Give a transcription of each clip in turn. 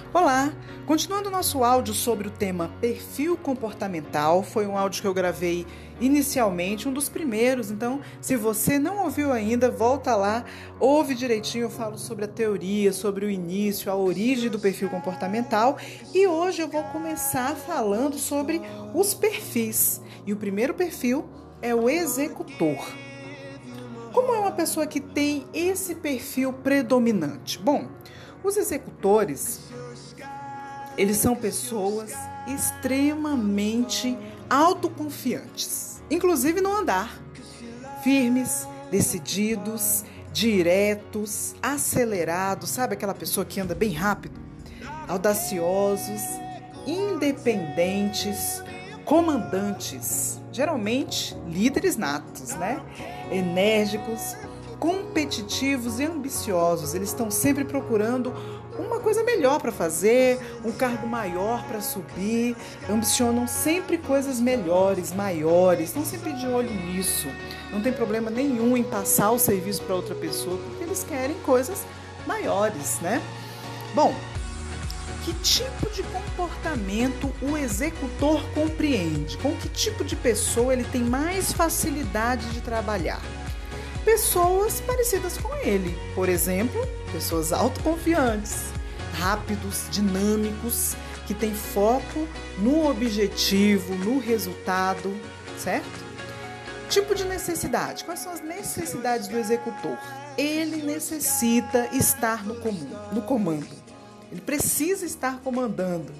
Olá! Continuando o nosso áudio sobre o tema perfil comportamental, foi um áudio que eu gravei inicialmente, um dos primeiros, então se você não ouviu ainda, volta lá, ouve direitinho, eu falo sobre a teoria, sobre o início, a origem do perfil comportamental e hoje eu vou começar falando sobre os perfis. E o primeiro perfil é o executor. Como é uma pessoa que tem esse perfil predominante? Bom, os executores, eles são pessoas extremamente autoconfiantes, inclusive no andar, firmes, decididos, diretos, acelerados, sabe aquela pessoa que anda bem rápido? Audaciosos, independentes, comandantes, geralmente líderes natos, né? Enérgicos, competitivos e ambiciosos. Eles estão sempre procurando uma coisa melhor para fazer, um cargo maior para subir, ambicionam sempre coisas melhores, maiores, estão sempre de olho nisso. Não tem problema nenhum em passar o serviço para outra pessoa, porque eles querem coisas maiores, né? Bom, que tipo de comportamento o executor compreende? Com que tipo de pessoa ele tem mais facilidade de trabalhar? Pessoas parecidas com ele, por exemplo, pessoas autoconfiantes, rápidos, dinâmicos, que têm foco no objetivo, no resultado, certo? Tipo de necessidade. Quais são as necessidades do executor? Ele necessita estar no comando. Ele precisa estar comandando.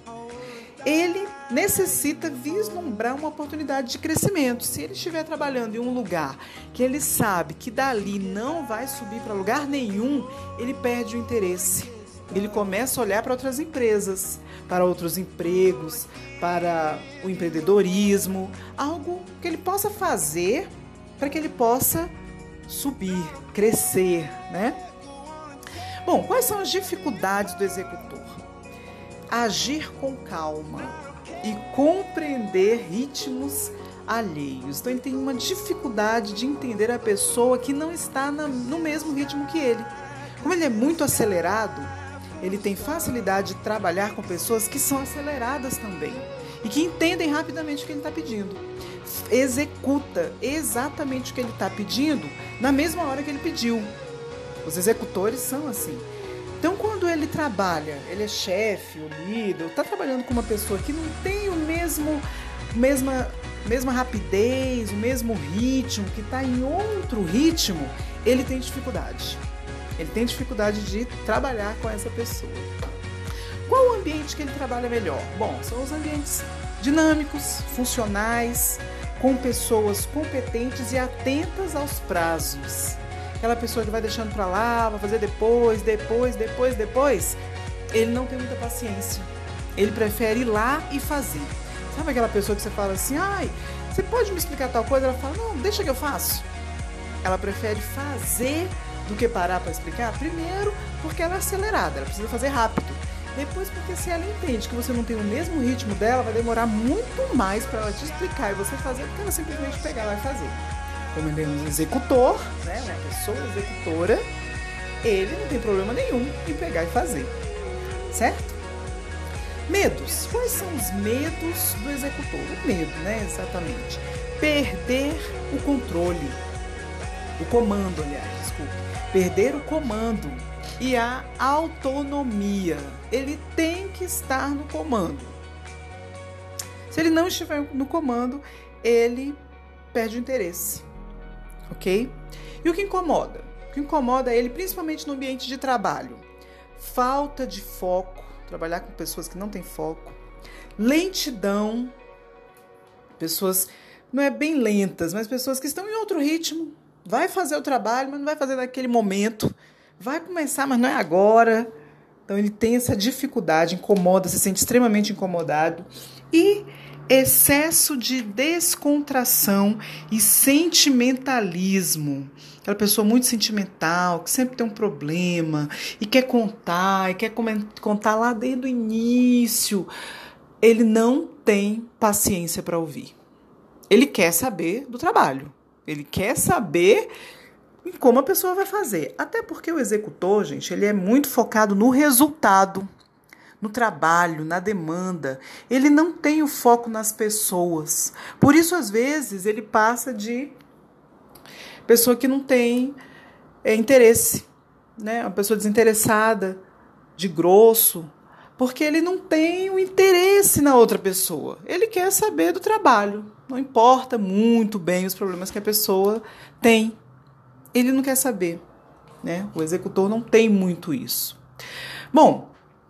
Ele necessita vislumbrar uma oportunidade de crescimento. Se ele estiver trabalhando em um lugar que ele sabe que dali não vai subir para lugar nenhum, ele perde o interesse. Ele começa a olhar para outras empresas, para outros empregos, para o empreendedorismo, algo que ele possa fazer para que ele possa subir, crescer, né? Bom, quais são as dificuldades do executor? Agir com calma e compreender ritmos alheios. Então ele tem uma dificuldade de entender a pessoa que não está no mesmo ritmo que ele. Como ele é muito acelerado, ele tem facilidade de trabalhar com pessoas que são aceleradas também e que entendem rapidamente o que ele está pedindo. Executa exatamente o que ele está pedindo na mesma hora que ele pediu. Os executores são assim. Então, quando ele trabalha, ele é chefe, o líder, está trabalhando com uma pessoa que não tem mesma rapidez, o mesmo ritmo, que está em outro ritmo, ele tem dificuldade. Ele tem dificuldade de trabalhar com essa pessoa. Qual o ambiente que ele trabalha melhor? Bom, são os ambientes dinâmicos, funcionais, com pessoas competentes e atentas aos prazos. Aquela pessoa que vai deixando para lá, vai fazer depois, ele não tem muita paciência. Ele prefere ir lá e fazer. Sabe aquela pessoa que você fala assim, você pode me explicar tal coisa? Ela fala, não, deixa que eu faço. Ela prefere fazer do que parar para explicar. Primeiro, porque ela é acelerada, ela precisa fazer rápido. Depois, porque se ela entende que você não tem o mesmo ritmo dela, vai demorar muito mais para ela te explicar e você fazer, do que ela simplesmente pegar lá e fazer. Como ele é um executor, né, uma pessoa executora, ele não tem problema nenhum em pegar e fazer, certo? Medos. Quais são os medos do executor? O medo, né, exatamente. Perder o controle, o comando, aliás, desculpa. Perder o comando e a autonomia. Ele tem que estar no comando. Se ele não estiver no comando, ele perde o interesse. Ok? E o que incomoda? O que incomoda ele, principalmente no ambiente de trabalho? Falta de foco, trabalhar com pessoas que não têm foco, lentidão, pessoas, não é bem lentas, mas pessoas que estão em outro ritmo, vai fazer o trabalho, mas não vai fazer naquele momento, vai começar, mas não é agora. Então ele tem essa dificuldade, incomoda, se sente extremamente incomodado e excesso de descontração e sentimentalismo. Aquela pessoa muito sentimental, que sempre tem um problema e quer contar lá desde o início. Ele não tem paciência para ouvir. Ele quer saber do trabalho. Ele quer saber em como a pessoa vai fazer. Até porque o executor, gente, ele é muito focado no resultado. no trabalho, na demanda. Ele não tem o foco nas pessoas. Por isso, às vezes, ele passa de pessoa que não tem interesse, né? Uma pessoa desinteressada, de grosso, porque ele não tem o interesse na outra pessoa. Ele quer saber do trabalho. Não importa muito bem os problemas que a pessoa tem. Ele não quer saber, né? O executor não tem muito isso. Bom,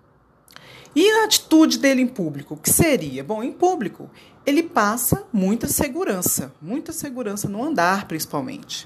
e a atitude dele em público? O que seria? Bom, em público, ele passa muita segurança no andar, principalmente.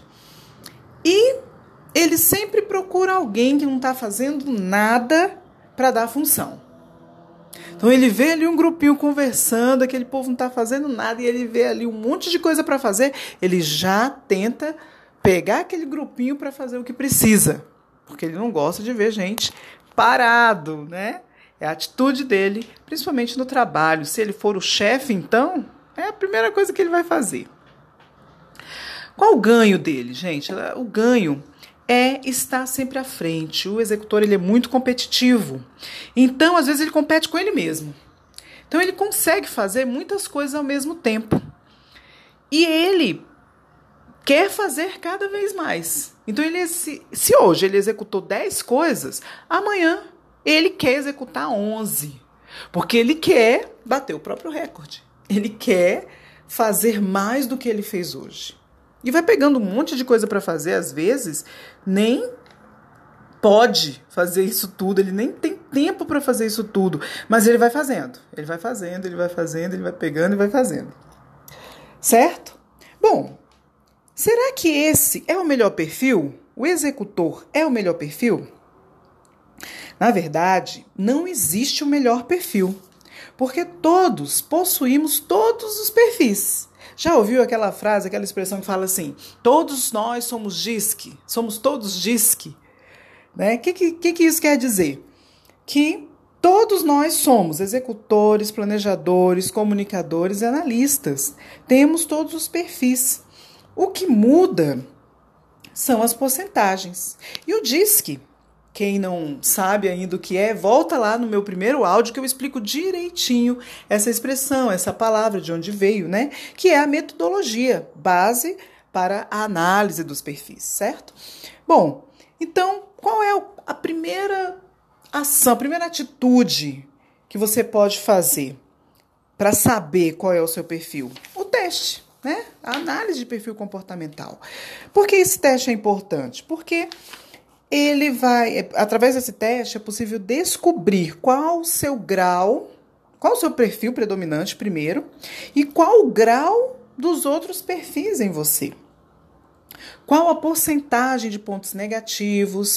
E ele sempre procura alguém que não está fazendo nada para dar função. Então ele vê ali um grupinho conversando, aquele povo não está fazendo nada, e ele vê ali um monte de coisa para fazer, ele já tenta pegar aquele grupinho para fazer o que precisa, porque ele não gosta de ver gente parado, né? É a atitude dele, principalmente no trabalho. Se ele for o chefe, então, é a primeira coisa que ele vai fazer. Qual o ganho dele, gente? O ganho é estar sempre à frente. O executor, ele é muito competitivo. Então, às vezes, ele compete com ele mesmo. Então, ele consegue fazer muitas coisas ao mesmo tempo. E ele quer fazer cada vez mais. Então, se hoje ele executou 10 coisas, amanhã ele quer executar 11. Porque ele quer bater o próprio recorde. Ele quer fazer mais do que ele fez hoje. E vai pegando um monte de coisa para fazer, às vezes, nem pode fazer isso tudo, ele nem tem tempo para fazer isso tudo, mas ele vai fazendo, ele vai pegando e vai fazendo. Certo? Bom, será que esse é o melhor perfil? O executor é o melhor perfil? Na verdade, não existe o melhor perfil, porque todos possuímos todos os perfis. Já ouviu aquela frase, aquela expressão que fala assim, todos nós somos DISC, somos todos DISC? Né? Que isso quer dizer? Que todos nós somos executores, planejadores, comunicadores e analistas. Temos todos os perfis. O que muda são as porcentagens. E o DISC, quem não sabe ainda o que é, volta lá no meu primeiro áudio que eu explico direitinho essa expressão, essa palavra, de onde veio, né? Que é a metodologia, base para a análise dos perfis, certo? Bom, então, qual é a primeira ação, a primeira atitude que você pode fazer para saber qual é o seu perfil? O teste, né? A análise de perfil comportamental. Por que esse teste é importante? Porque ele vai, através desse teste, é possível descobrir qual o seu grau, qual o seu perfil predominante primeiro e qual o grau dos outros perfis em você. Qual a porcentagem de pontos negativos,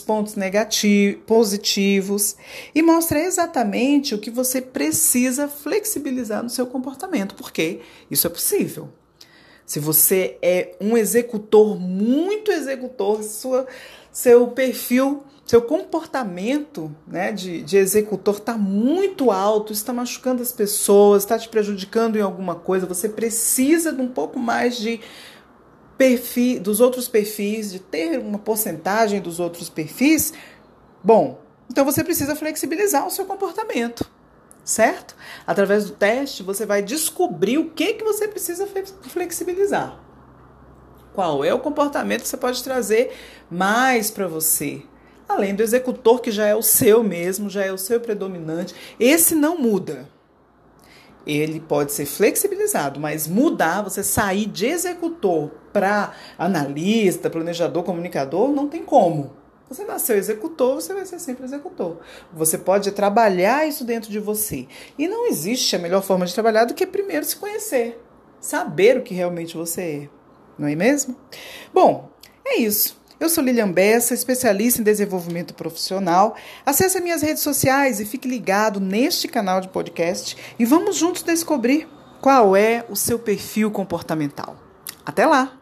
positivos, e mostra exatamente o que você precisa flexibilizar no seu comportamento, porque isso é possível. Se você é um executor, muito executor, seu perfil, seu comportamento, né, de executor está muito alto, está machucando as pessoas, está te prejudicando em alguma coisa, você precisa de um pouco mais de perfil, dos outros perfis, de ter uma porcentagem dos outros perfis, bom, então você precisa flexibilizar o seu comportamento, certo? Através do teste, você vai descobrir o que você precisa flexibilizar. Qual é o comportamento que você pode trazer mais para você? Além do executor, que já é o seu mesmo, já é o seu predominante. Esse não muda. Ele pode ser flexibilizado, mas mudar, você sair de executor para analista, planejador, comunicador, não tem como. Você nasceu executor, você vai ser sempre executor. Você pode trabalhar isso dentro de você. E não existe a melhor forma de trabalhar do que primeiro se conhecer. Saber o que realmente você é. Não é mesmo? Bom, é isso. Eu sou Lilian Bessa, especialista em desenvolvimento profissional. Acesse as minhas redes sociais e fique ligado neste canal de podcast e vamos juntos descobrir qual é o seu perfil comportamental. Até lá!